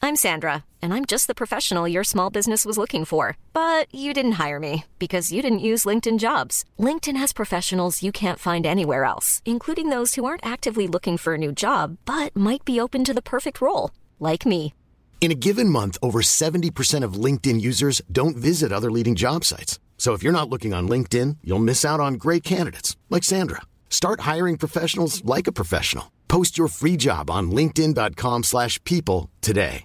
I'm Sandra, and I'm just the professional your small business was looking for. But you didn't hire me because you didn't use LinkedIn Jobs. LinkedIn has professionals you can't find anywhere else, including those who aren't actively looking for a new job, but might be open to the perfect role, like me. In a given month, over 70% of LinkedIn users don't visit other leading job sites. So if you're not looking on LinkedIn, you'll miss out on great candidates like Sandra. Start hiring professionals like a professional. Post your free job on linkedin.com/people today.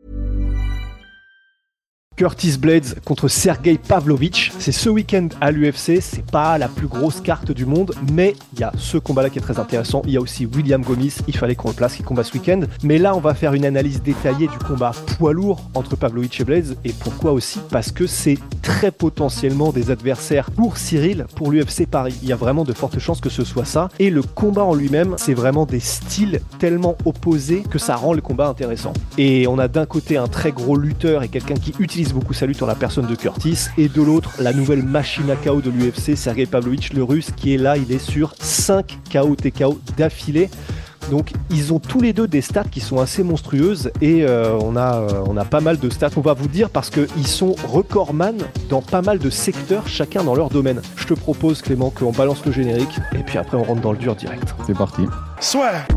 Curtis Blades contre Sergey Pavlovich, c'est ce week-end à l'UFC, c'est pas la plus grosse carte du monde, mais il y a ce combat-là qui est très intéressant, il y a aussi William Gomis, il fallait qu'on le place, qui combat ce week-end, mais là on va faire une analyse détaillée du combat poids lourd entre Pavlovich et Blades, et pourquoi aussi? Parce que c'est très potentiellement des adversaires pour Cyril, pour l'UFC Paris, il y a vraiment de fortes chances que ce soit ça, et le combat en lui-même, c'est vraiment des styles tellement opposés que ça rend le combat intéressant. Et on a d'un côté un très gros lutteur et quelqu'un qui utilise beaucoup sa lutte en la personne de Curtis, et de l'autre la nouvelle machine à KO de l'UFC, Sergey Pavlovich, le russe, qui est là, il est sur 5 KO TKO d'affilée. Donc ils ont tous les deux des stats qui sont assez monstrueuses, et on a pas mal de stats, on va vous dire, parce qu'ils sont recordman dans pas mal de secteurs, chacun dans leur domaine. Je te propose, Clément, qu'on balance le générique, et puis après on rentre dans le dur direct. C'est parti. Soit.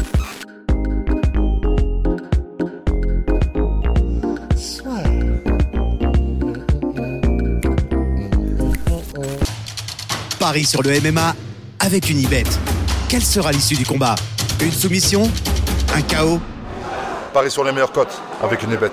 Paris sur le MMA avec Unibet. Quelle sera l'issue du combat? Une soumission? Un KO? Paris sur les meilleures cotes avec Unibet.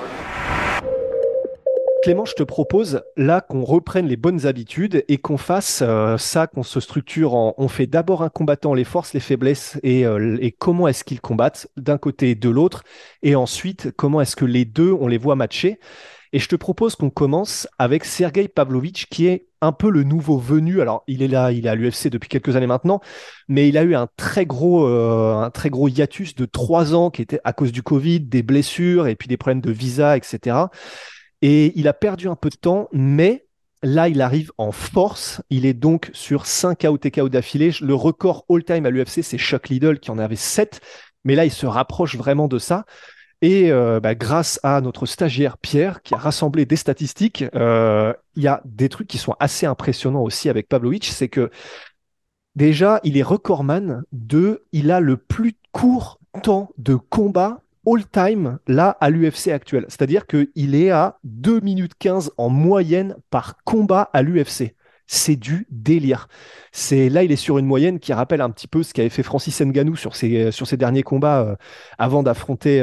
Clément, je te propose là qu'on reprenne les bonnes habitudes et qu'on fasse ça, qu'on se structure en... On fait d'abord un combattant, les forces, les faiblesses et comment est-ce qu'ils combattent d'un côté et de l'autre, et ensuite comment est-ce que les deux, on les voit matcher. Et je te propose qu'on commence avec Sergey Pavlovich, qui est un peu le nouveau venu. Alors, il est là, il est à l'UFC depuis quelques années maintenant, mais il a eu un très gros hiatus de 3 ans qui était à cause du Covid, des blessures et puis des problèmes de visa, etc. Et il a perdu un peu de temps, mais là, il arrive en force. Il est donc sur 5 KO TKO d'affilée. Le record all-time à l'UFC, c'est Chuck Liddell qui en avait 7, mais là, il se rapproche vraiment de ça. Et grâce à notre stagiaire Pierre, qui a rassemblé des statistiques, il y a des trucs qui sont assez impressionnants aussi avec Pavlovich. C'est que déjà, il est recordman il a le plus court temps de combat all-time là à l'UFC actuel. C'est-à-dire qu'il est à 2 minutes 15 en moyenne par combat à l'UFC. C'est du délire. Là, il est sur une moyenne qui rappelle un petit peu ce qu'avait fait Francis Ngannou sur ses derniers combats avant d'affronter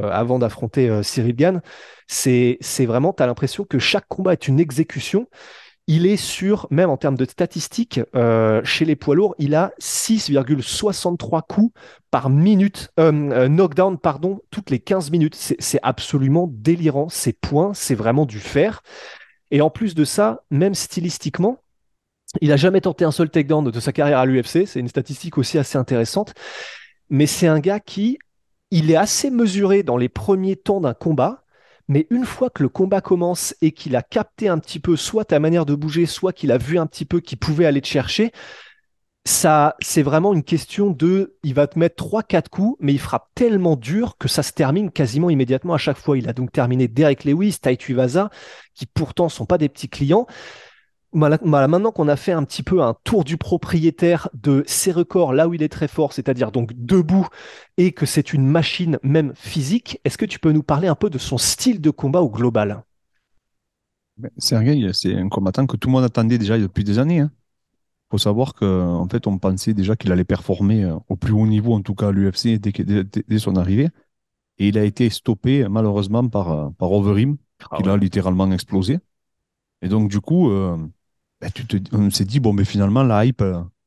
Cyril Gane. C'est vraiment, tu as l'impression que chaque combat est une exécution. Il est sur, même en termes de statistiques, chez les poids lourds, il a 6,63 coups par minute, knockdown, pardon, toutes les 15 minutes. C'est absolument délirant. Ces points, c'est vraiment du fer. Et en plus de ça, même stylistiquement, il n'a jamais tenté un seul takedown de sa carrière à l'UFC. C'est une statistique aussi assez intéressante. Mais c'est un gars il est assez mesuré dans les premiers temps d'un combat. Mais une fois que le combat commence et qu'il a capté un petit peu soit ta manière de bouger, soit qu'il a vu un petit peu qu'il pouvait aller te chercher, ça, c'est vraiment une question il va te mettre 3-4 coups, mais il frappe tellement dur que ça se termine quasiment immédiatement à chaque fois. Il a donc terminé Derek Lewis, Tai Tuivasa, qui pourtant sont pas des petits clients. Maintenant qu'on a fait un petit peu un tour du propriétaire de ses records, là où il est très fort, c'est-à-dire donc debout, et que c'est une machine même physique, est-ce que tu peux nous parler un peu de son style de combat au global? Sergey, c'est un combattant que tout le monde attendait déjà depuis des années. Il faut savoir qu'en fait, on pensait déjà qu'il allait performer au plus haut niveau, en tout cas à l'UFC, dès son arrivée. Et il a été stoppé, malheureusement, par Overeem, qui l'a littéralement explosé. Et donc, du coup, on s'est dit, finalement, la hype,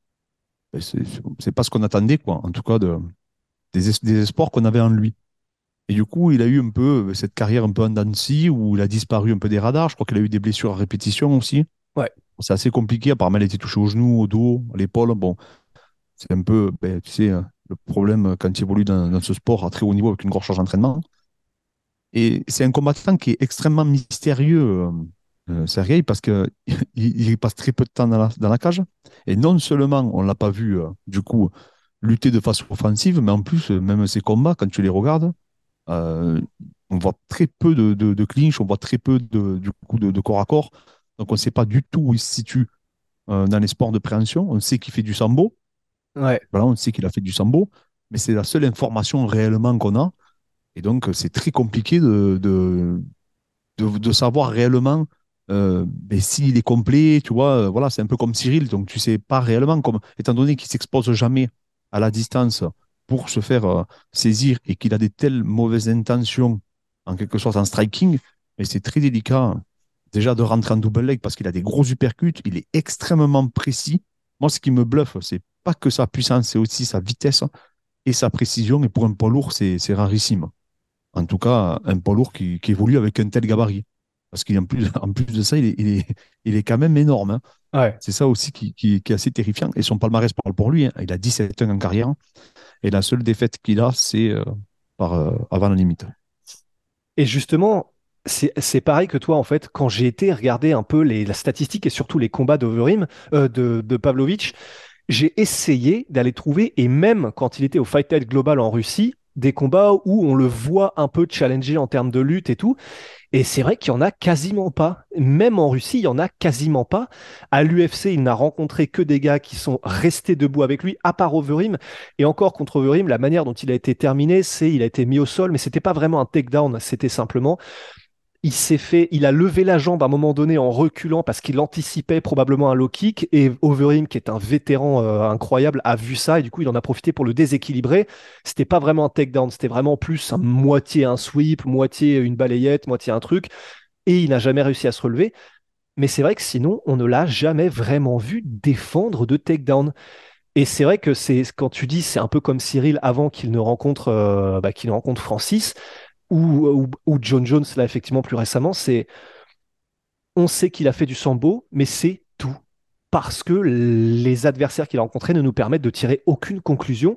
c'est pas ce qu'on attendait, quoi. En tout cas, des espoirs qu'on avait en lui. Et du coup, il a eu un peu cette carrière un peu en dents de scie, où il a disparu un peu des radars. Je crois qu'il a eu des blessures à répétition aussi. Ouais. C'est assez compliqué. Apparemment, il a été touché au genou, au dos, à l'épaule. Bon, c'est un peu, tu sais, le problème quand il évolue dans ce sport à très haut niveau avec une grosse charge d'entraînement. Et c'est un combattant qui est extrêmement mystérieux, Sergey, parce qu'il passe très peu de temps dans la cage. Et non seulement on ne l'a pas vu, du coup, lutter de façon offensive, mais en plus, même ses combats, quand tu les regardes, On voit très peu de clinch, on voit très peu du coup de corps à corps. Donc on ne sait pas du tout où il se situe dans les sports de préhension. On sait qu'il fait du sambo. Ouais. Voilà, on sait qu'il a fait du sambo, mais c'est la seule information réellement qu'on a. Et donc c'est très compliqué de savoir réellement ben, s'il est complet. Tu vois, voilà, c'est un peu comme Cyril. Donc tu sais pas réellement, étant donné qu'il s'expose jamais à la distance pour se faire saisir et qu'il a des telles mauvaises intentions en quelque sorte en striking, mais c'est très délicat déjà de rentrer en double leg parce qu'il a des gros uppercuts, il est extrêmement précis. Moi, ce qui me bluffe, c'est pas que sa puissance, c'est aussi sa vitesse et sa précision. Et pour un poids lourd, c'est rarissime. En tout cas, un poids lourd qui évolue avec un tel gabarit. Parce qu'en plus, en plus de ça, il est quand même énorme, hein. Ouais. C'est ça aussi qui est assez terrifiant. Et son palmarès parle pour lui, hein. Il a 17 ans en carrière. Et la seule défaite qu'il a, c'est avant la limite. Et justement, c'est pareil que toi, en fait, quand j'ai été regarder un peu la statistique et surtout les combats d'Overim, de Pavlovich, j'ai essayé d'aller trouver, et même quand il était au Fight Night Global en Russie, des combats où on le voit un peu challenger en termes de lutte et tout. Et c'est vrai qu'il y en a quasiment pas. Même en Russie, il y en a quasiment pas. À l'UFC, il n'a rencontré que des gars qui sont restés debout avec lui, à part Overeem. Et encore contre Overeem, la manière dont il a été terminé, c'est il a été mis au sol, mais c'était pas vraiment un takedown, c'était simplement il a levé la jambe à un moment donné en reculant parce qu'il anticipait probablement un low kick et Overeem, qui est un vétéran incroyable, a vu ça et du coup il en a profité pour le déséquilibrer. C'était pas vraiment un takedown, c'était vraiment plus moitié un sweep, moitié une balayette, moitié un truc et il n'a jamais réussi à se relever. Mais c'est vrai que sinon on ne l'a jamais vraiment vu défendre de takedown. Et c'est vrai que c'est quand tu dis c'est un peu comme Cyril avant qu'il ne rencontre Francis ou John Jones, là, effectivement, plus récemment, on sait qu'il a fait du sambo, mais c'est tout. Parce que les adversaires qu'il a rencontrés ne nous permettent de tirer aucune conclusion.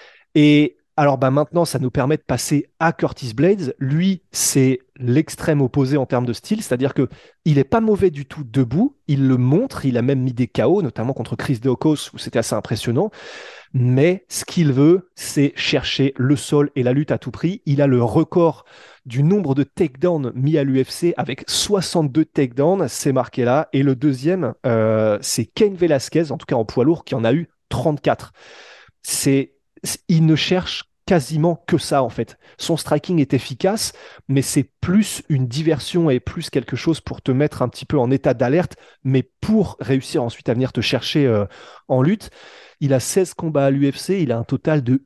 Et alors bah, maintenant, ça nous permet de passer à Curtis Blades. Lui, c'est l'extrême opposé en termes de style, c'est-à-dire que il est pas mauvais du tout debout, il le montre, il a même mis des KO, notamment contre Chris Deokos, où c'était assez impressionnant. Mais ce qu'il veut, c'est chercher le sol et la lutte à tout prix. Il a le record du nombre de takedowns mis à l'UFC avec 62 takedowns, c'est marqué là. Et le deuxième, c'est Cain Velasquez, en tout cas en poids lourd, qui en a eu 34. C'est, il ne cherche quasiment que ça en fait. Son striking est efficace, mais c'est plus une diversion et plus quelque chose pour te mettre un petit peu en état d'alerte, mais pour réussir ensuite à venir te chercher en lutte. Il a 16 combats à l'UFC, il a un total de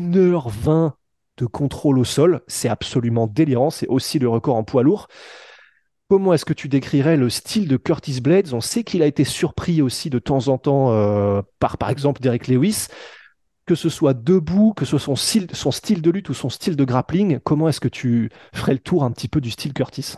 1h20 de contrôle au sol. C'est absolument délirant, c'est aussi le record en poids lourd. Comment est-ce que tu décrirais le style de Curtis Blades? On sait qu'il a été surpris aussi de temps en temps par exemple Derek Lewis, que ce soit debout, que ce soit son style de lutte ou son style de grappling. Comment est-ce que tu ferais le tour un petit peu du style Curtis?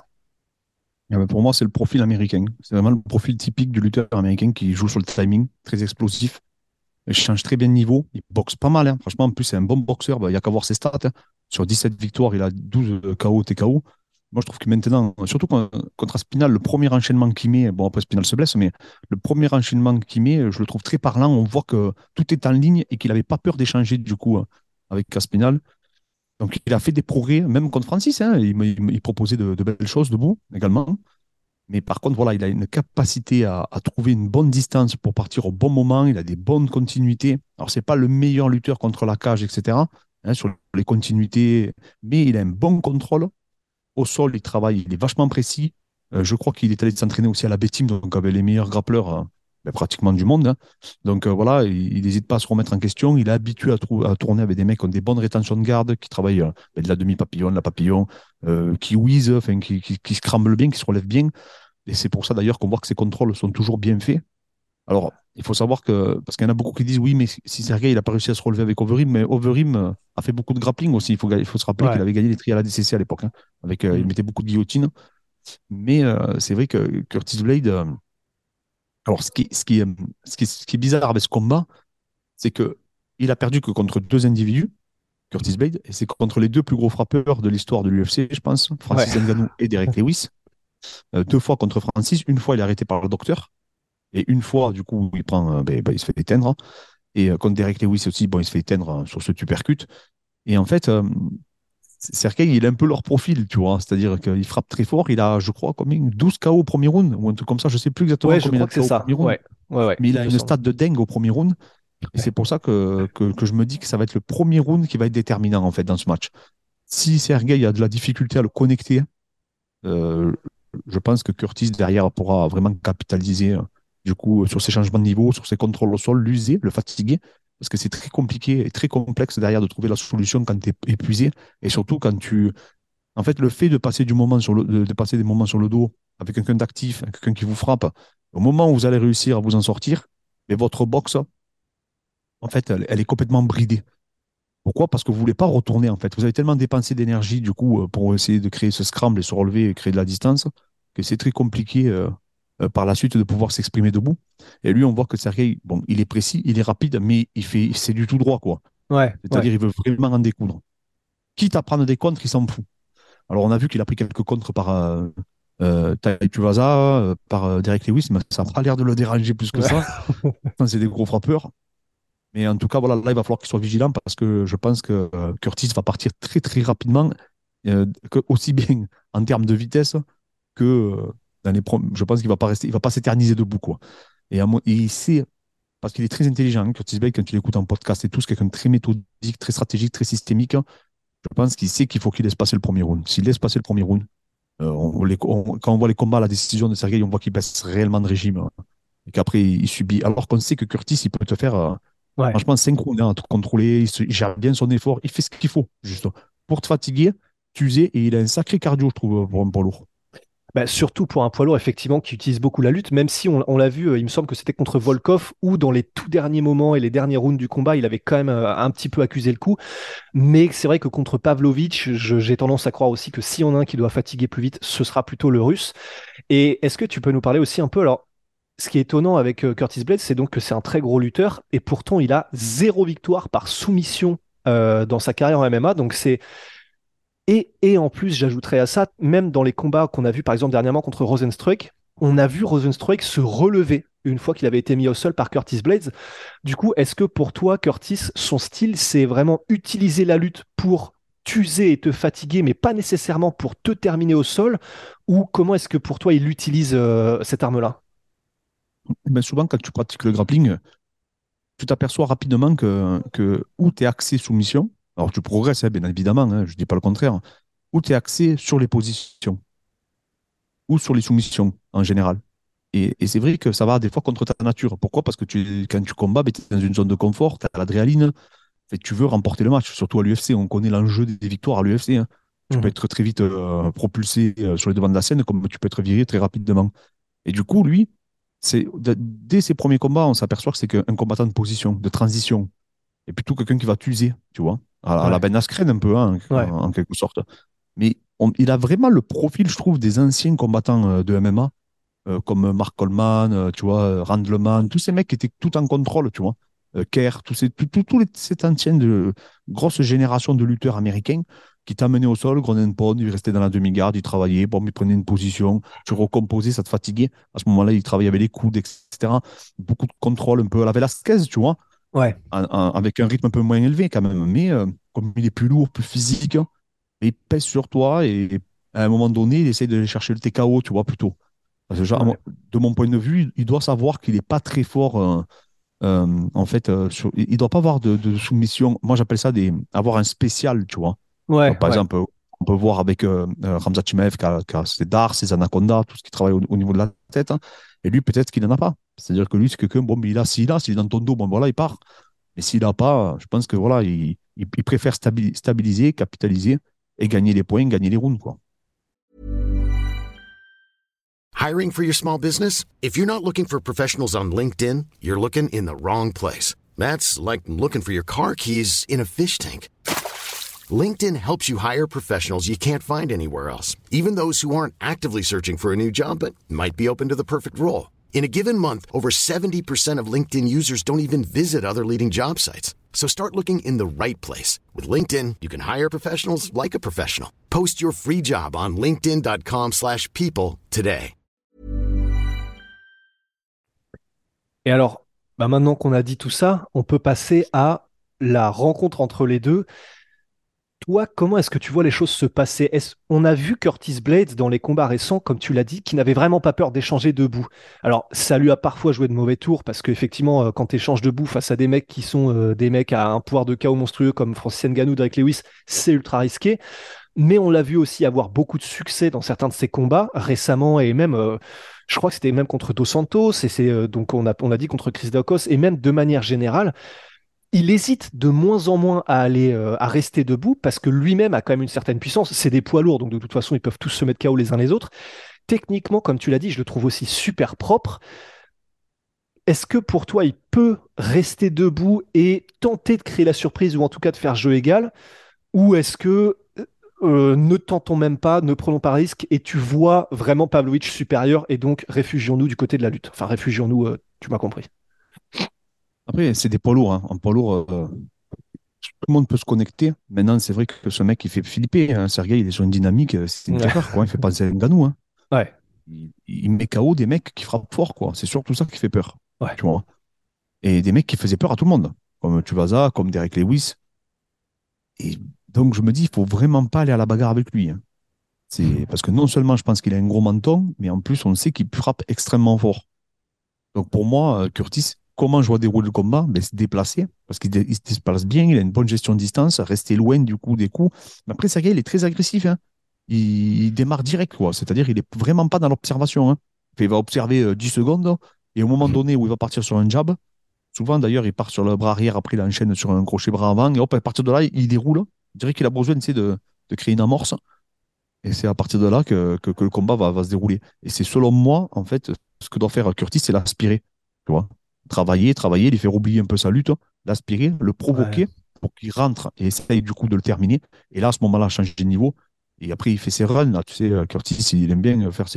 Ah ben, pour moi, c'est le profil américain. C'est vraiment le profil typique du lutteur américain qui joue sur le timing, très explosif. Il change très bien de niveau. Il boxe pas mal, hein. Franchement, en plus, c'est un bon boxeur. Bah, il n'y a qu'à voir ses stats, hein. Sur 17 victoires, il a 12 KO, TKO. Moi, je trouve que maintenant, surtout contre Aspinal, le premier enchaînement qu'il met, bon, après Aspinal se blesse, mais le premier enchaînement qu'il met, je le trouve très parlant. On voit que tout est en ligne et qu'il n'avait pas peur d'échanger, du coup, avec Aspinal. Donc, il a fait des progrès, même contre Francis, hein. Il proposait de belles choses debout également. Mais par contre, voilà, il a une capacité à trouver une bonne distance pour partir au bon moment. Il a des bonnes continuités. Alors, c'est pas le meilleur lutteur contre la cage, etc., hein, sur les continuités, mais il a un bon contrôle. Au sol, il travaille, il est vachement précis. Je crois qu'il est allé s'entraîner aussi à la B-Team, donc avec les meilleurs grappleurs ben, pratiquement du monde, hein. Donc voilà, il n'hésite pas à se remettre en question. Il est habitué à tourner avec des mecs qui ont des bonnes rétentions de garde, qui travaillent ben, de la demi-papillon, de la papillon, qui whiz, enfin, qui scramble bien, qui se relève bien. Et c'est pour ça d'ailleurs qu'on voit que ses contrôles sont toujours bien faits. Alors, il faut savoir que, parce qu'il y en a beaucoup qui disent, oui, mais si Sergei, il n'a pas réussi à se relever avec Overeem, mais Overeem a fait beaucoup de grappling aussi. Il faut se rappeler qu'il Ouais. avait gagné les tri à la DCC à l'époque, hein, avec, il Mm. mettait beaucoup de guillotines. Mais c'est vrai que Curtis Blade, alors ce qui est bizarre avec ce combat, c'est que il a perdu que contre deux individus, Curtis Blade, et c'est contre les deux plus gros frappeurs de l'histoire de l'UFC, je pense, Ouais. Francis Ngannou et Derek Lewis. Deux fois contre Francis, une fois il est arrêté par le docteur, et une fois, du coup, il se fait éteindre. Et contre Derek Lewis aussi, bon, il se fait éteindre sur ce tupercute. Et en fait, Sergei, il a un peu leur profil, tu vois. C'est-à-dire qu'il frappe très fort. Il a, je crois, combien 12 KO au premier round ou un truc comme ça. Je sais plus exactement Ouais, je combien il crois a que de c'est KO au ça. premier round. Ouais, Mais il il a me une semble. stat de dingue au premier round. Et c'est Ouais. pour ça que je me dis que ça va être le premier round qui va être déterminant, en fait, dans ce match. Si Sergei a de la difficulté à le connecter, euh, je pense que Curtis, derrière, pourra vraiment capitaliser, du coup, sur ses changements de niveau, sur ses contrôles au sol, l'user, le fatiguer. Parce que c'est très compliqué et très complexe derrière de trouver la solution quand tu es épuisé. Et surtout quand tu, en fait, le fait de passer de passer des moments sur le dos avec quelqu'un d'actif, quelqu'un qui vous frappe, au moment où vous allez réussir à vous en sortir, mais votre boxe, en fait, elle est complètement bridée. Pourquoi? Parce que vous voulez pas retourner, en fait. Vous avez tellement dépensé d'énergie, du coup, pour essayer de créer ce scramble et se relever et créer de la distance, que c'est très compliqué, par la suite de pouvoir s'exprimer debout. Et lui, on voit que Sergei, bon, il est précis, il est rapide, mais c'est du tout droit, quoi. Ouais. C'est-à-dire, il veut vraiment en découdre. Quitte à prendre des contres, il s'en fout. Alors, on a vu qu'il a pris quelques contres par Tai Tuivasa, par Derek Lewis, mais ça n'a pas l'air de le déranger plus que Ouais. ça. Enfin, c'est des gros frappeurs. Mais en tout cas, voilà, là, il va falloir qu'il soit vigilant parce que je pense que Curtis va partir très, très rapidement, aussi bien en termes de vitesse que je pense qu'il va pas rester, il va pas s'éterniser debout, quoi. Et il sait, parce qu'il est très intelligent, hein, Curtis Blake, quand tu l'écoutes en podcast et tout, c'est quelqu'un de très méthodique, très stratégique, très systémique. Je pense qu'il sait qu'il faut qu'il laisse passer le premier round. S'il laisse passer le premier round, quand on voit les combats à la décision de Sergei, on voit qu'il baisse réellement de régime, et qu'après il subit. Alors qu'on sait que Curtis, il peut te faire Ouais. franchement synchrone, hein, à te contrôler, il gère bien son effort, il fait ce qu'il faut, juste pour te fatiguer, t'user, et il a un sacré cardio, je trouve, pour un poids lourd. Bah, surtout pour un poids lourd, effectivement, qui utilise beaucoup la lutte, même si on l'a vu, il me semble que c'était contre Volkov, où dans les tout derniers moments et les derniers rounds du combat, il avait quand même un petit peu accusé le coup. Mais c'est vrai que contre Pavlovich, j'ai tendance à croire aussi que s'il y en a un qui doit fatiguer plus vite, ce sera plutôt le Russe. Et est-ce que tu peux nous parler aussi un peu, alors, ce qui est étonnant avec Curtis Blades, c'est donc que c'est un très gros lutteur, et pourtant il a 0 victoire par soumission dans sa carrière en MMA, donc c'est et en plus, j'ajouterais à ça, même dans les combats qu'on a vus par exemple dernièrement contre Rosenstruck, on a vu Rosenstruck se relever une fois qu'il avait été mis au sol par Curtis Blades. Du coup, est-ce que pour toi, Curtis, son style, c'est vraiment utiliser la lutte pour t'user et te fatiguer, mais pas nécessairement pour te terminer au sol, ou comment est-ce que pour toi il utilise cette arme-là? Mais souvent, quand tu pratiques le grappling, tu t'aperçois rapidement que où tu es axé soumission, alors tu progresses, hein, bien évidemment, hein, je ne dis pas le contraire, où tu es axé sur les positions ou sur les soumissions en général. Et c'est vrai que ça va des fois contre ta nature. Pourquoi? Parce que quand tu combats, tu es dans une zone de confort, tu as l'adrénaline, fait, tu veux remporter le match, surtout à l'UFC. On connaît l'enjeu des victoires à l'UFC, hein. Tu peux Mhm. être très vite propulsé sur les devants de la scène, comme tu peux être viré très rapidement. Et du coup, lui, dès ses premiers combats, on s'aperçoit que c'est un combattant de position, de transition, et plutôt quelqu'un qui va t'user, tu vois, à la Ouais, Ben Askren un peu, hein, ouais, en quelque sorte. Mais il a vraiment le profil, je trouve, des anciens combattants de MMA, comme Mark Coleman, tu vois, Randleman, tous ces mecs qui étaient tout en contrôle, tu vois. Kerr, cette ancienne grosse génération de lutteurs américains qui t'amenaient au sol, Gronen Pound, il restait dans la demi-garde, il travaillait, bon, il prenait une position, tu recomposais, ça te fatiguait. À ce moment-là, il travaillait avec les coudes, etc. Beaucoup de contrôle, un peu à la Velasquez, tu vois, ouais. avec un rythme un peu moins élevé quand même. Mais comme il est plus lourd, plus physique, il pèse sur toi et à un moment donné, il essaie de chercher le TKO, tu vois, plutôt. Parce que, genre, Ouais. de mon point de vue, il doit savoir qu'il n'est pas très fort. En fait, il ne doit pas avoir de soumission. Moi, j'appelle ça avoir un spécial, tu vois. Ouais, Par ouais. exemple, on peut voir avec Khamzat Chimaev qui a ses dards, ses anacondas, tout ce qui travaille au niveau de la tête, hein. Et lui, peut-être qu'il n'en a pas. C'est-à-dire que lui, c'est quelqu'un, bon, mais s'il est dans ton dos, bon, voilà, il part. Mais s'il n'a pas, je pense que voilà, il préfère stabiliser, capitaliser et gagner les points, gagner les rounds, quoi. Hiring for your small business? If you're not looking for professionals on LinkedIn, you're looking in the wrong place. That's like looking for your car keys in a fish tank. LinkedIn helps you hire professionals you can't find anywhere else, even those who aren't actively searching for a new job but might be open to the perfect role. In a given month, over 70% of LinkedIn users don't even visit other leading job sites. So start looking in the right place. With LinkedIn, you can hire professionals like a professional. Post your free job on linkedin.com/people today. Et alors, bah maintenant qu'on a dit tout ça, on peut passer à la rencontre entre les deux. Toi, comment est-ce que tu vois les choses se passer? On a vu Curtis Blades dans les combats récents, comme tu l'as dit, qui n'avait vraiment pas peur d'échanger debout. Alors, ça lui a parfois joué de mauvais tours, parce qu'effectivement, quand tu échanges debout face à des mecs qui sont des mecs à un pouvoir de KO monstrueux comme Francis Ngannou, Drake Lewis, c'est ultra risqué. Mais on l'a vu aussi avoir beaucoup de succès dans certains de ses combats récemment, et même, je crois que c'était même contre Dos Santos, et donc on a dit contre Chris Daukaus, et même de manière générale il hésite de moins en moins à aller à rester debout parce que lui-même a quand même une certaine puissance. C'est des poids lourds, donc de toute façon, ils peuvent tous se mettre KO les uns les autres. Techniquement, comme tu l'as dit, je le trouve aussi super propre. Est-ce que pour toi, il peut rester debout et tenter de créer la surprise ou en tout cas de faire jeu égal? Ou est-ce que ne tentons même pas, ne prenons pas risque et tu vois vraiment Pavlovich supérieur et donc réfugions-nous du côté de la lutte. Enfin, réfugions-nous, tu m'as compris. Après, c'est des poids lourds, hein. En poids lourd, tout le monde peut se connecter. Maintenant, c'est vrai que ce mec, il fait flipper, hein. Sergei, il est sur une dynamique, c'est une terreur, quoi. Il fait penser à Ngannou, hein. Ouais, Il met KO des mecs qui frappent fort, quoi. C'est surtout ça qui fait peur, ouais. tu vois. Et des mecs qui faisaient peur à tout le monde, comme Tuivasa, comme Derek Lewis. Et donc, je me dis, il faut vraiment pas aller à la bagarre avec lui, hein. C'est parce que non seulement je pense qu'il a un gros menton, mais en plus, on sait qu'il frappe extrêmement fort. Donc, pour moi, Curtis, comment je vois dérouler le combat? Ben, se déplacer, parce il se déplace bien, il a une bonne gestion de distance, rester loin du coup des coups. Mais après, Sergei, il est très agressif, hein. Il démarre direct, quoi. C'est-à-dire, il est vraiment pas dans l'observation, hein. Il va observer 10 secondes, et au moment donné où il va partir sur un jab, souvent d'ailleurs, il part sur le bras arrière, après il enchaîne sur un crochet bras avant, et hop, à partir de là, il déroule. Je dirais qu'il a besoin, tu sais, de créer une amorce, et c'est à partir de là que le combat va se dérouler. Et c'est selon moi, en fait, ce que doit faire Curtis, c'est l'aspirer. Tu vois? Travailler, lui faire oublier un peu sa lutte, l'aspirer, le Ouais. provoquer pour qu'il rentre et essaye du coup de le terminer. Et là, à ce moment-là, changer de niveau. Et après, il fait ses runs. Là, tu sais, Curtis, il aime bien faire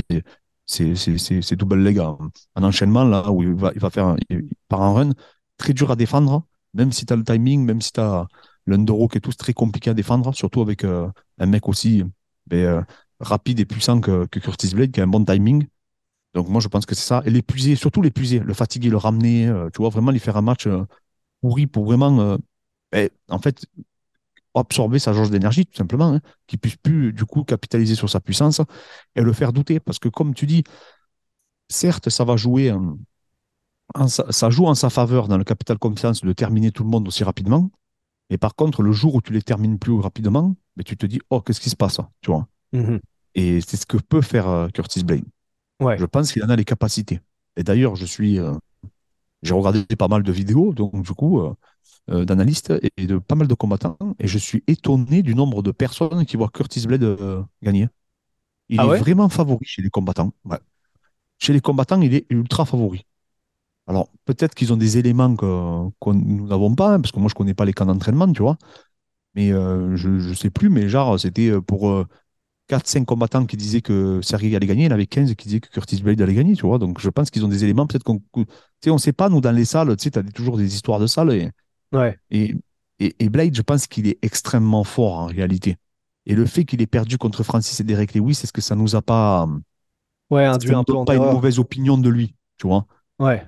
ses double legs en enchaînement, là, où il va faire il part en run. Très dur à défendre, même si tu as le timing, même si tu as l'underhook et tout, c'est très compliqué à défendre, surtout avec un mec aussi ben, rapide et puissant que Curtis Blade, qui a un bon timing. Donc moi, je pense que c'est ça. Et l'épuiser, surtout l'épuiser, le fatiguer, le ramener, tu vois, vraiment lui faire un match pourri pour vraiment, en fait, absorber sa jauge d'énergie, tout simplement, hein, qu'il puisse plus, du coup, capitaliser sur sa puissance et le faire douter. Parce que comme tu dis, certes, ça va jouer, ça joue en sa faveur dans le capital confiance de terminer tout le monde aussi rapidement. Et par contre, le jour où tu les termines plus rapidement, mais tu te dis, oh, qu'est-ce qui se passe, tu vois. Mhm. Et c'est ce que peut faire Curtis Blade. Ouais. Je pense qu'il en a les capacités. Et d'ailleurs, j'ai regardé pas mal de vidéos, donc du coup, d'analystes et de pas mal de combattants, et je suis étonné du nombre de personnes qui voient Curtis Blade gagner. Il Ah est ouais? vraiment favori chez les combattants. Ouais. Chez les combattants, il est ultra favori. Alors, peut-être qu'ils ont des éléments que nous n'avons pas, hein, parce que moi, je connais pas les camps d'entraînement, tu vois. Mais je ne sais plus, mais genre, c'était pour 4-5 combattants qui disaient que Sergei allait gagner, il y en avait 15 qui disaient que Curtis Blade allait gagner, tu vois. Donc, je pense qu'ils ont des éléments, peut-être tu sais, on ne sait pas, nous, dans les salles, tu sais, tu as toujours des histoires de salles, Ouais. et, et Blade, je pense qu'il est extrêmement fort en réalité. Et le fait qu'il ait perdu contre Francis et Derek Lewis, est-ce que Ouais, ça induit nous un peu donne en pas une erreur. mauvaise opinion de lui, tu vois? Ouais.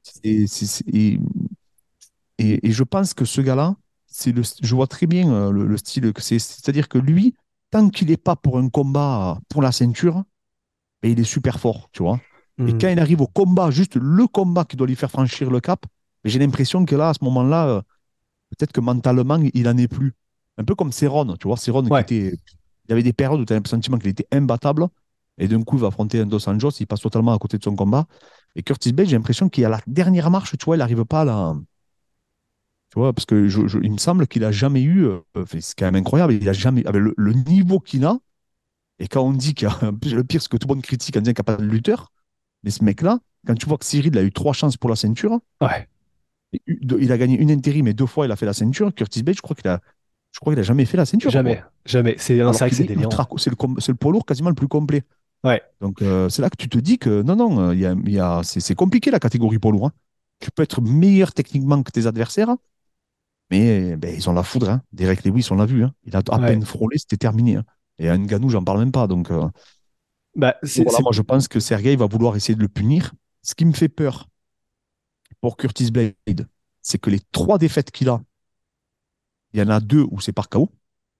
Et je pense que ce gars-là, je vois très bien le style que c'est. C'est-à-dire que lui, tant qu'il n'est pas pour un combat pour la ceinture, ben, il est super fort, tu vois. Et Mhm. quand il arrive au combat, juste le combat qui doit lui faire franchir le cap, ben, j'ai l'impression que là, à ce moment-là, peut-être que mentalement, il en est plus. Un peu comme Cerrone, tu vois. Cerrone qui Ouais. était. Il y avait des périodes où tu as le sentiment qu'il était imbattable. Et d'un coup, il va affronter un Dos Anjos, il passe totalement à côté de son combat. Et Curtis Blade, j'ai l'impression qu'il y a la dernière marche, tu vois, il n'arrive pas à la. Tu vois, parce que il me semble qu'il a jamais eu. Enfin, c'est quand même incroyable, il a jamais. Avec le niveau qu'il a, et quand on dit qu'il y a. Le pire, c'est que tout le monde critique en disant qu'il n'y a pas de lutteur. Mais ce mec-là, quand tu vois que Cyril a eu 3 chances pour la ceinture, Ouais. il a gagné une intérim et 2 fois il a fait la ceinture. Curtis Blade, je crois qu'il a jamais fait la ceinture, quoi. Jamais. Jamais. Non, c'est Alors vrai que qu'il c'est est délirant. c'est le poids lourd quasiment le plus complet. Ouais. Donc c'est là que tu te dis que non, non, c'est compliqué la catégorie poids lourd, hein. Tu peux être meilleur techniquement que tes adversaires, mais ben, ils ont la foudre, hein. Derek Lewis, on l'a vu, hein. Il a à Ouais. peine frôlé, c'était terminé, hein. Et à Ngannou, j'en parle même pas. Bah, Donc voilà, moi je pense que Sergei va vouloir essayer de le punir. Ce qui me fait peur pour Curtis Blade, c'est que les 3 défaites qu'il a, il y en a 2 où c'est par KO.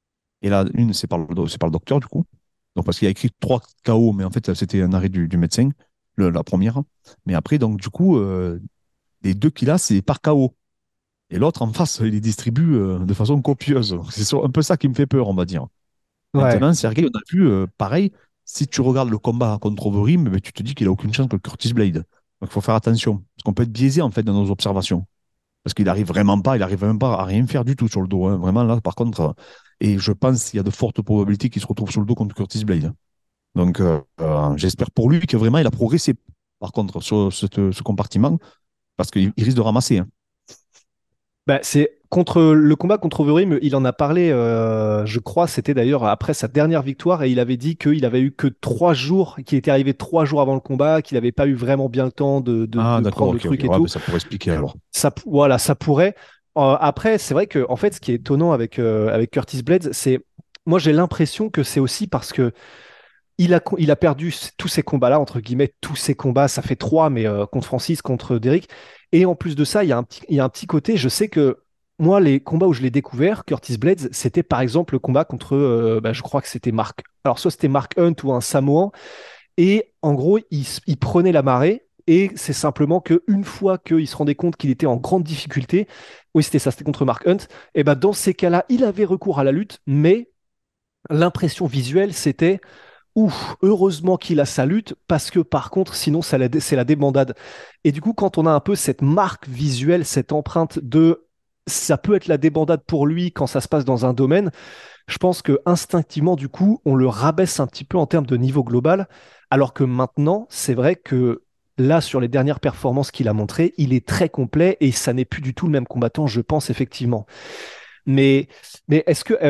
Et là, une, c'est par le docteur, du coup. Donc, parce qu'il a écrit 3 KO, mais en fait, c'était un arrêt du médecin, la première. Mais après, donc, du coup, les 2 qu'il a, c'est par KO. Et l'autre, en face, il les distribue de façon copieuse. C'est un peu ça qui me fait peur, on va dire. Ouais. Maintenant, Sergei, on a vu, pareil, si tu regardes le combat contre Overeem, ben, tu te dis qu'il a aucune chance que Curtis Blade. Donc, il faut faire attention. Parce qu'on peut être biaisé, en fait, dans nos observations. Parce qu'il arrive vraiment pas, il arrive même pas à rien faire du tout sur le dos, hein. Vraiment, là, par contre, et je pense qu'il y a de fortes probabilités qu'il se retrouve sur le dos contre Curtis Blade, hein. Donc, j'espère pour lui que vraiment il a progressé, par contre, sur ce compartiment, parce qu'il risque de ramasser, hein. Bah, c'est contre le combat contre Overeem, il en a parlé, je crois, c'était d'ailleurs après sa dernière victoire, et il avait dit qu'il avait eu que 3 jours, qu'il était arrivé 3 jours avant le combat, qu'il n'avait pas eu vraiment bien le temps Ah, de d'accord, prendre le ok, ok. truc et Ouais, ben, tout. ça pourrait expliquer alors. Voilà, ça pourrait. Après, c'est vrai que en fait, ce qui est étonnant avec Curtis Blades, c'est moi j'ai l'impression que c'est aussi parce que il a perdu tous ces combats-là, entre guillemets, tous ces combats, ça fait trois, mais contre Francis, contre Derrick. Et en plus de ça, il y a un petit côté, je sais que moi, les combats où je l'ai découvert, Curtis Blades, c'était par exemple le combat contre, je crois que c'était Mark. Alors, soit c'était Mark Hunt ou un Samoan, et en gros, il prenait la marée. Et c'est simplement qu'une fois qu'il se rendait compte qu'il était en grande difficulté, oui, c'était ça, c'était contre Mark Hunt, et ben dans ces cas-là, il avait recours à la lutte, mais l'impression visuelle, c'était ouf, heureusement qu'il a sa lutte, parce que par contre, sinon, c'est la débandade. Et du coup, quand on a un peu cette marque visuelle, cette empreinte de ça peut être la débandade pour lui quand ça se passe dans un domaine, je pense que instinctivement, du coup, on le rabaisse un petit peu en termes de niveau global, alors que maintenant, c'est vrai que là, sur les dernières performances qu'il a montrées, il est très complet et ça n'est plus du tout le même combattant, je pense, effectivement. Mais, mais est-ce que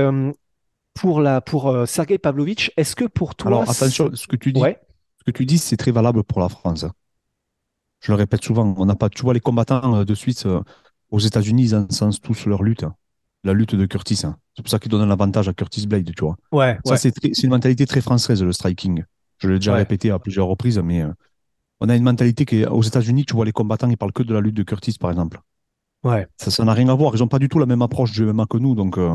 pour Sergei Pavlovitch, est-ce que pour toi, Alors, attention, ouais, ce que tu dis, c'est très valable pour la France, hein. Je le répète souvent, on n'a pas, tu vois, les combattants de Suisse aux États-Unis, ils encensent tous leur lutte, hein. La lutte de Curtis, hein. C'est pour ça qu'ils donnent l'avantage à Curtis Blade, tu vois. ouais, Ça, ouais, c'est une mentalité très française, le striking. Je l'ai déjà ouais, répété à plusieurs reprises, mais on a une mentalité qui est, aux États-Unis, tu vois, les combattants, ils parlent que de la lutte de Curtis, par exemple. ouais, Ça n'a rien à voir. Ils n'ont pas du tout la même approche du MMA que nous. Donc,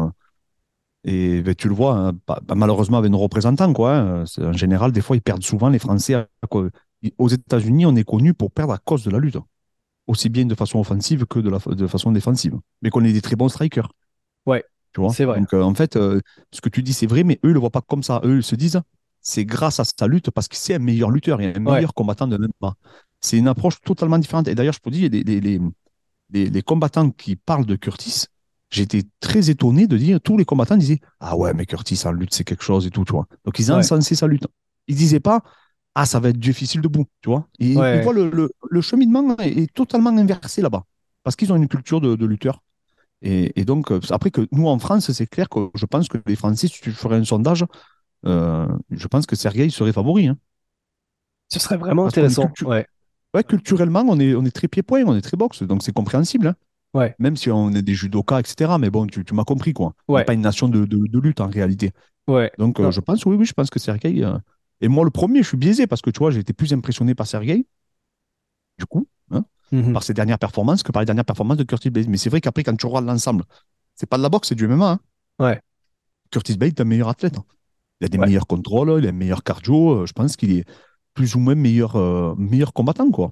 et ben, tu le vois, hein, malheureusement, avec nos représentants, quoi, hein. En général, des fois, ils perdent souvent les Français. Aux États-Unis, on est connu pour perdre à cause de la lutte, aussi bien de façon offensive que de façon défensive. Mais qu'on est des très bons strikers, ouais, tu vois. c'est vrai. Donc, en fait, ce que tu dis, c'est vrai, mais eux, ils le voient pas comme ça. Eux, ils se disent, c'est grâce à sa lutte parce que c'est un meilleur lutteur et un Ouais, meilleur combattant de MMA. C'est une approche totalement différente. Et d'ailleurs, je peux dire, les combattants qui parlent de Curtis, j'étais très étonné de dire, tous les combattants disaient, ah ouais, mais Curtis en lutte, c'est quelque chose et tout, tu vois. Donc, ils ouais, encensaient sa lutte. Ils disaient pas, ah, ça va être difficile debout, tu vois. Ils ouais. voient le cheminement est totalement inversé là-bas. Parce qu'ils ont une culture de lutteur. Et donc, après que nous, en France, c'est clair que je pense que les Français, si tu ferais un sondage, je pense que Sergueï serait favori, hein. Ce serait vraiment Parce qu'on est intéressant. Ouais, ouais, culturellement, on est très pied-point, on est très boxe, donc c'est compréhensible, hein. ouais, Même si on est des judokas, etc. Mais bon, tu m'as compris, quoi. On n'est ouais, pas une nation de lutte, en réalité. ouais. Donc, Non, je pense, oui, oui, je pense que Sergueï. Et moi, le premier, je suis biaisé parce que, tu vois, j'ai été plus impressionné par Sergueï, du coup, hein, mhm, par ses dernières performances que par les dernières performances de Curtis Blade. Mais c'est vrai qu'après, quand tu regardes l'ensemble, c'est pas de la boxe, c'est du MMA, hein. ouais, Curtis Blade est un meilleur athlète, hein. Il a des ouais. meilleurs contrôles, il a un meilleur cardio. Je pense qu'il est plus ou moins meilleur combattant, quoi.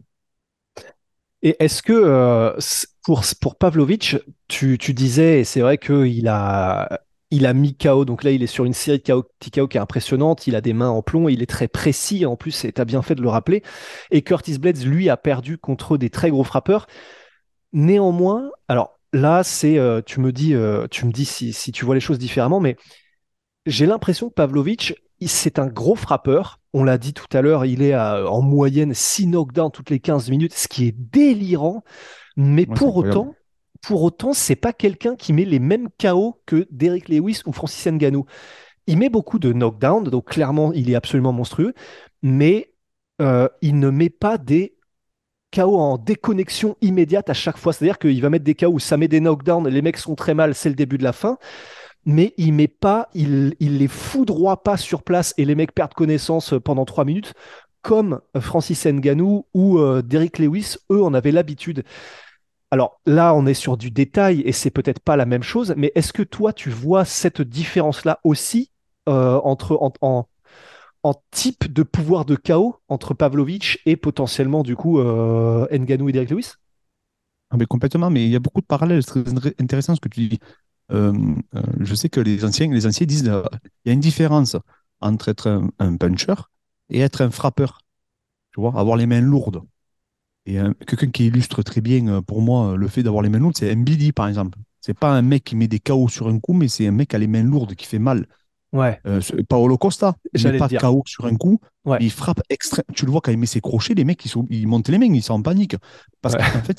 Et est-ce que pour Pavlovitch, tu disais, et c'est vrai il a mis KO, donc là il est sur une série de petits KO qui est impressionnante, il a des mains en plomb, il est très précis en plus, et tu as bien fait de le rappeler. Et Curtis Blades, lui, a perdu contre des très gros frappeurs. Néanmoins, alors là, tu me dis si tu vois les choses différemment, mais j'ai l'impression que Pavlovitch, c'est un gros frappeur. On l'a dit tout à l'heure, il est en moyenne 6 knockdowns toutes les 15 minutes, ce qui est délirant. Mais Ouais, c'est incroyable. pour autant, c'est pas quelqu'un qui met les mêmes KO que Derrick Lewis ou Francis Ngannou. Il met beaucoup de knockdowns, donc clairement, il est absolument monstrueux, mais il ne met pas des KO en déconnexion immédiate à chaque fois. C'est-à-dire qu'il va mettre des KO où ça met des knockdowns, les mecs sont très mal, c'est le début de la fin, mais il met pas, il les foudroie pas sur place et les mecs perdent connaissance pendant 3 minutes, comme Francis Ngannou ou Derrick Lewis, eux en avaient l'habitude. Alors là, on est sur du détail et c'est peut-être pas la même chose, mais est-ce que toi, tu vois cette différence-là aussi en type de pouvoir de KO entre Pavlovich et potentiellement du coup Ngannou et Derrick Lewis? Ah, mais complètement, mais il y a beaucoup de parallèles. C'est très intéressant ce que tu dis. Euh, je sais que les anciens disent il y a une différence entre être un puncher et être un frappeur. Tu vois, avoir les mains lourdes. Et quelqu'un qui illustre très bien pour moi le fait d'avoir les mains lourdes, c'est Mbidi par exemple. C'est pas un mec qui met des KO sur un coup, mais c'est un mec qui a les mains lourdes, qui fait mal. Ouais, Paolo Costa, il met j'allais le pas dire. KO sur un coup, Ouais, mais il frappe extrême. Tu le vois quand il met ses crochets, les mecs ils montent les mains, ils sont en panique. Parce qu'en ouais, fait,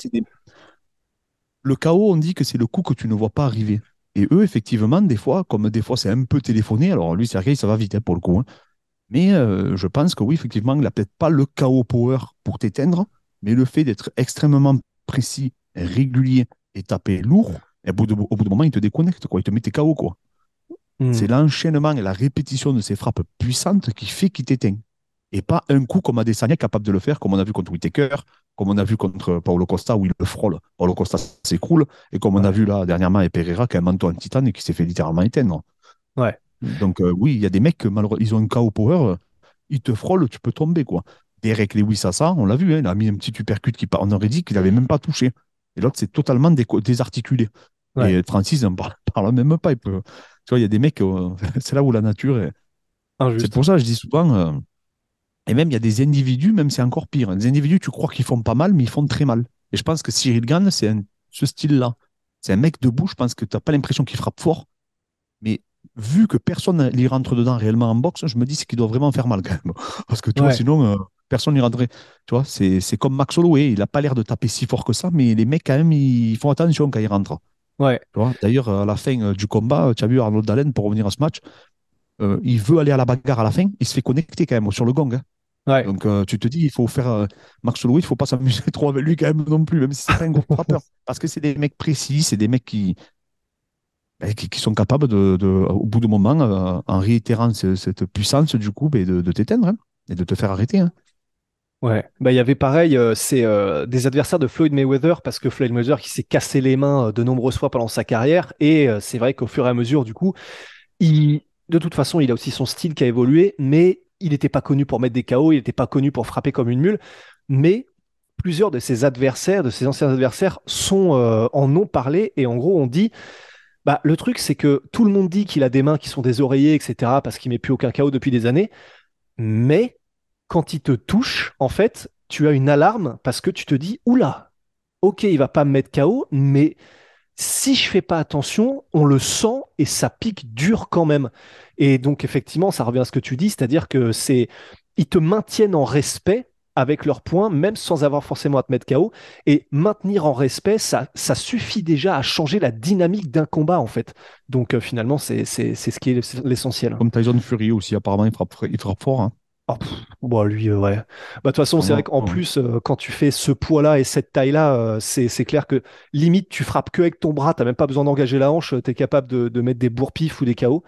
le KO, on dit que c'est le coup que tu ne vois pas arriver. Et eux, effectivement, des fois, comme des fois c'est un peu téléphoné, alors lui, Sergei, ça va vite pour le coup, hein. Mais je pense que oui, effectivement, il n'a peut-être pas le KO power pour t'éteindre, mais le fait d'être extrêmement précis, régulier et taper lourd, et au bout d'un moment, il te déconnecte, quoi. Il te met tes KO, quoi. Hmm. C'est l'enchaînement et la répétition de ces frappes puissantes qui fait qu'il t'éteint. Et pas un coup comme Adesanya capable de le faire, comme on a vu contre Whittaker, comme on a vu contre Paulo Costa où il le frôle. Paulo Costa s'écroule, et comme on a Ouais, vu là dernièrement avec Pereira qui a un manteau en titane et qui s'est fait littéralement éteindre. ouais. Donc oui, il y a des mecs, malheureusement, ils ont un KO power, ils te frôlent, tu peux tomber, quoi. Derek Lewis à ça, on l'a vu, hein, il a mis un petit uppercut on aurait dit qu'il n'avait même pas touché. Et l'autre, c'est totalement désarticulé. Ouais. Et Francis, on parle même pas. Tu vois, il y a des mecs, c'est là où la nature est. C'est Injuste. pour ça que je dis souvent, et même il y a des individus, même c'est encore pire. Des individus, tu crois qu'ils font pas mal, mais ils font très mal. Et je pense que Cyril Gane, ce style-là. C'est un mec debout, je pense que tu n'as pas l'impression qu'il frappe fort, mais vu que personne n'y rentre dedans réellement en boxe, je me dis c'est qu'il doit vraiment faire mal quand même. Parce que tu vois, Ouais. sinon, personne n'y rentrerait. Tu vois, c'est comme Max Holloway, il n'a pas l'air de taper si fort que ça, mais les mecs, quand même, ils font attention quand ils rentrent. Ouais. Tu vois, d'ailleurs, à la fin du combat, tu as vu Arnold Allen, pour revenir à ce match, il veut aller à la bagarre à la fin, il se fait connecter quand même sur le gong, hein. Ouais. Donc tu te dis, il faut faire Max Holloway, il ne faut pas s'amuser trop avec lui quand même non plus, même si c'est pas un gros frappeur. Parce que c'est des mecs précis, c'est des mecs qui sont capables au bout d'un moment, en réitérant cette puissance, du coup, de t'éteindre, hein, et de te faire arrêter, hein. Ouais, bah il y avait pareil, c'est des adversaires de Floyd Mayweather parce que Floyd Mayweather qui s'est cassé les mains de nombreuses fois pendant sa carrière et c'est vrai qu'au fur et à mesure du coup, de toute façon il a aussi son style qui a évolué, mais il n'était pas connu pour mettre des KO, il n'était pas connu pour frapper comme une mule, mais plusieurs de ses adversaires, de ses anciens adversaires en ont parlé et en gros on dit, bah le truc c'est que tout le monde dit qu'il a des mains qui sont des oreillers etc parce qu'il met plus aucun KO depuis des années, mais quand il te touche, en fait, tu as une alarme parce que tu te dis, oula, ok, il va pas me mettre KO, mais si je fais pas attention, on le sent et ça pique dur quand même. Et donc, effectivement, ça revient à ce que tu dis, c'est-à-dire que ils te maintiennent en respect avec leurs points, même sans avoir forcément à te mettre KO. Et maintenir en respect, ça suffit déjà à changer la dynamique d'un combat, en fait. Donc, finalement, c'est ce qui est l'essentiel. Comme Tyson Fury aussi, apparemment, il frappe fort, hein. Oh, bon, lui, ouais. Bah, de toute façon, c'est vrai Vraiment, qu'en plus, quand tu fais ce poids-là et cette taille-là, c'est clair que limite, tu frappes que avec ton bras, t'as même pas besoin d'engager la hanche, t'es capable de mettre des bourre-pifs ou des KO.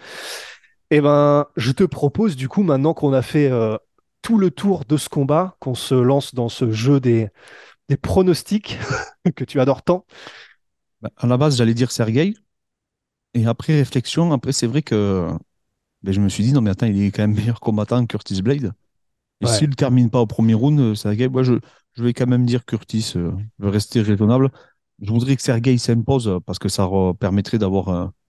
Eh ben, je te propose, du coup, maintenant qu'on a fait tout le tour de ce combat, qu'on se lance dans ce jeu des pronostics que tu adores tant. bah, à la base, j'allais dire Sergei, et après réflexion, après, c'est vrai que ben, je me suis dit, non, mais attends, il est quand même meilleur combattant que Curtis Blade. Et Ouais, s'il ne termine pas au premier round, Sergei, moi, je vais quand même dire Curtis, je vais rester raisonnable. Je voudrais que Sergei s'impose parce que ça permettrait d'avoir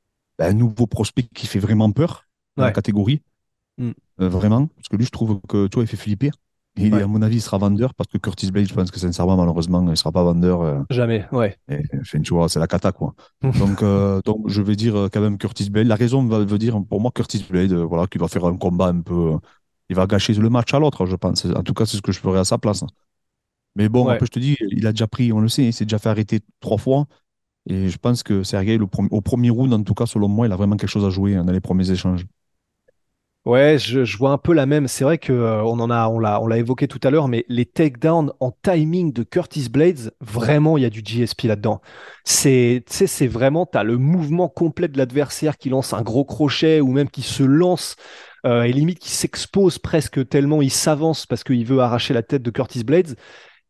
un nouveau prospect qui fait vraiment peur dans la ouais, catégorie. mm, Vraiment. Parce que lui, je trouve que, tu vois, il fait flipper. Et ouais. à mon avis, il sera vendeur parce que Curtis Blade, je pense que sincèrement, malheureusement, il ne sera pas vendeur. Jamais, ouais. Enfin, tu vois, c'est la cata, quoi. Donc, je vais dire quand même Curtis Blade. La raison veut dire, pour moi, Curtis Blade, voilà, qui va faire un combat un peu. Il va gâcher le match à l'autre, je pense. En tout cas, c'est ce que je ferais à sa place. Mais bon, Ouais. après, je te dis, il a déjà pris, on le sait, il s'est déjà fait arrêter 3 fois. Et je pense que Sergei, au premier round, en tout cas, selon moi, il a vraiment quelque chose à jouer dans les premiers échanges. Ouais, je vois un peu la même. C'est vrai que on l'a évoqué tout à l'heure, mais les takedowns en timing de Curtis Blades, vraiment, il y a du GSP là-dedans. Tu sais, c'est vraiment, t'as le mouvement complet de l'adversaire qui lance un gros crochet ou même qui se lance et limite qui s'expose presque tellement il s'avance parce qu'il veut arracher la tête de Curtis Blades.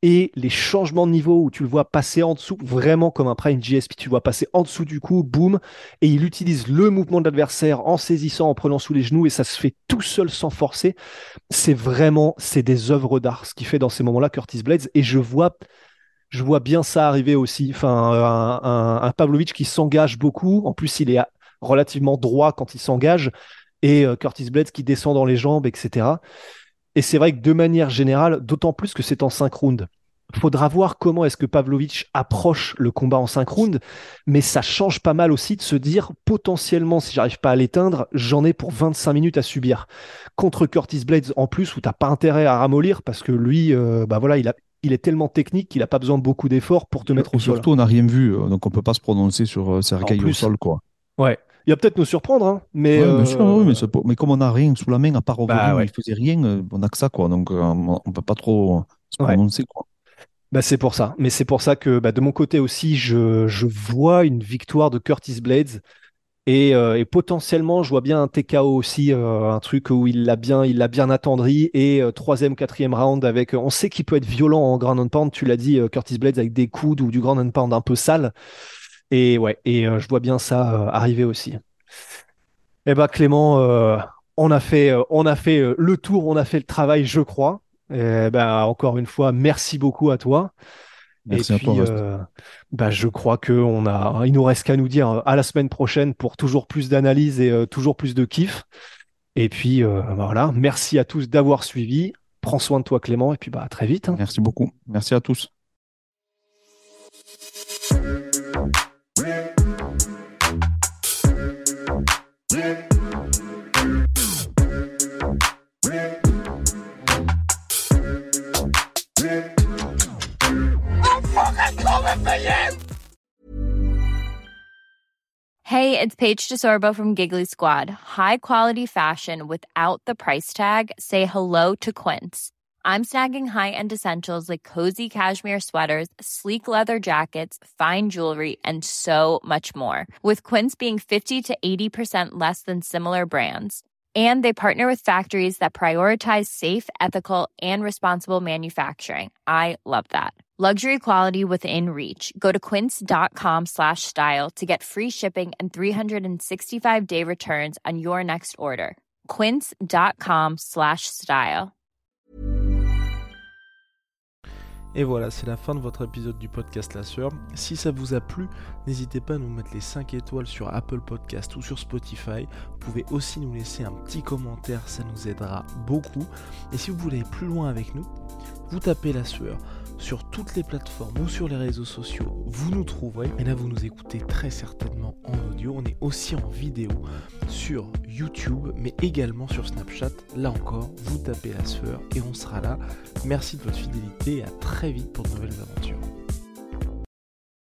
et les changements de niveau où tu le vois passer en dessous, vraiment comme un Prime GSP, tu le vois passer en dessous du coup, boum, et il utilise le mouvement de l'adversaire en saisissant, en prenant sous les genoux, et ça se fait tout seul sans forcer. C'est des œuvres d'art, ce qu'il fait dans ces moments-là, Curtis Blades, et je vois bien ça arriver aussi. Enfin, un Pavlovich qui s'engage beaucoup, en plus il est relativement droit quand il s'engage, et Curtis Blades qui descend dans les jambes, etc. Et c'est vrai que de manière générale, d'autant plus que c'est en 5 rounds, faudra voir comment est-ce que Pavlovich approche le combat en 5 rounds, mais ça change pas mal aussi de se dire, potentiellement, si j'arrive pas à l'éteindre, j'en ai pour 25 minutes à subir. Contre Curtis Blades, en plus, où t'as pas intérêt à ramollir, parce que lui, voilà, il est tellement technique qu'il a pas besoin de beaucoup d'efforts pour te mettre au sol. Surtout, on n'a rien vu, donc on peut pas se prononcer sur Sergueï En plus. au sol, quoi. Ouais. Il va peut-être nous surprendre, hein, mais... Ouais, bien sûr, oui, mais comme on n'a rien sous la main, à part Overeem, ouais. il faisait rien, on n'a que ça, quoi. Donc, on peut pas trop se Ouais. prononcer, quoi. C'est pour ça. Mais c'est pour ça que de mon côté aussi, je vois une victoire de Curtis Blades et potentiellement, je vois bien un TKO aussi, un truc où il l'a bien attendri et troisième, quatrième round avec. On sait qu'il peut être violent en ground and pound. Tu l'as dit, Curtis Blades avec des coudes ou du ground and pound un peu sale. Et ouais, je vois bien ça arriver aussi. Eh ben Clément, on a fait le tour, on a fait le travail, je crois. Encore une fois, merci beaucoup à toi. Merci Et à toi, puis, Rust. je crois il nous reste qu'à nous dire à la semaine prochaine pour toujours plus d'analyse et toujours plus de kiff. Et puis, voilà, merci à tous d'avoir suivi. Prends soin de toi, Clément, et puis à très vite, hein. Merci beaucoup. Merci à tous. Hey, it's Paige DeSorbo from Giggly Squad. High quality fashion without the price tag. Say hello to Quince. I'm snagging high-end essentials like cozy cashmere sweaters, sleek leather jackets, fine jewelry, and so much more. With Quince being 50 to 80% less than similar brands. And they partner with factories that prioritize safe, ethical, and responsible manufacturing. I love that. Luxury quality within reach. Go to quince.com/style to get free shipping and 365-day returns on your next order. Quince.com/style. Et voilà, c'est la fin de votre épisode du podcast La Sueur. Si ça vous a plu, n'hésitez pas à nous mettre les 5 étoiles sur Apple Podcast ou sur Spotify. Vous pouvez aussi nous laisser un petit commentaire, ça nous aidera beaucoup. Et si vous voulez aller plus loin avec nous, vous tapez La Sueur sur toutes les plateformes ou sur les réseaux sociaux, vous nous trouverez. Et là, vous nous écoutez très certainement en audio. On est aussi en vidéo sur YouTube, mais également sur Snapchat. Là encore, vous tapez La Sueur et on sera là. Merci de votre fidélité et à très vite pour de nouvelles aventures.